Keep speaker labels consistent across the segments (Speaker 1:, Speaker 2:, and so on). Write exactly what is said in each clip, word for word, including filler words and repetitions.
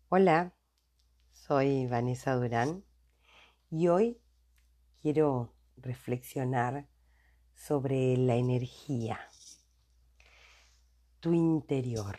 Speaker 1: Hola, soy Vanessa Durán y hoy quiero reflexionar sobre la energía, tu interior.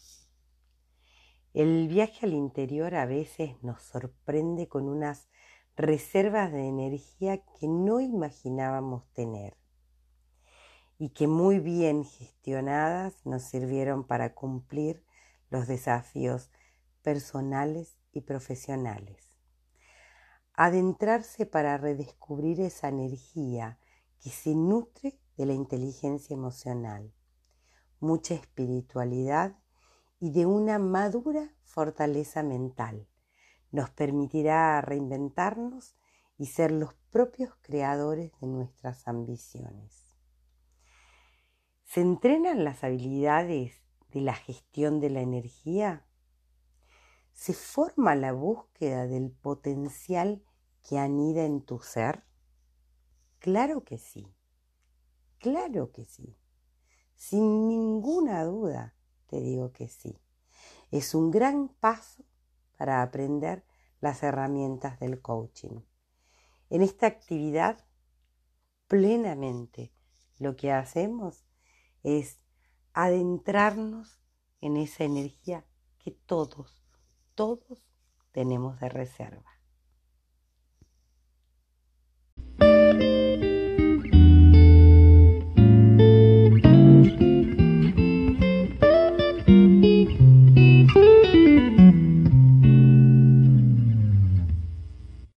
Speaker 1: El viaje al interior a veces nos sorprende con unas reservas de energía que no imaginábamos tener y que muy bien gestionadas nos sirvieron para cumplir los desafíos personales y profesionales. Adentrarse para redescubrir esa energía que se nutre de la inteligencia emocional, mucha espiritualidad y de una madura fortaleza mental. Nos permitirá reinventarnos y ser los propios creadores de nuestras ambiciones. ¿Se entrenan las habilidades de la gestión de la energía? ¿Se forma la búsqueda del potencial que anida en tu ser? Claro que sí, claro que sí. Sin ninguna duda te digo que sí. Es un gran paso para aprender las herramientas del coaching. En esta actividad, plenamente lo que hacemos es adentrarnos en esa energía que todos, todos tenemos de reserva.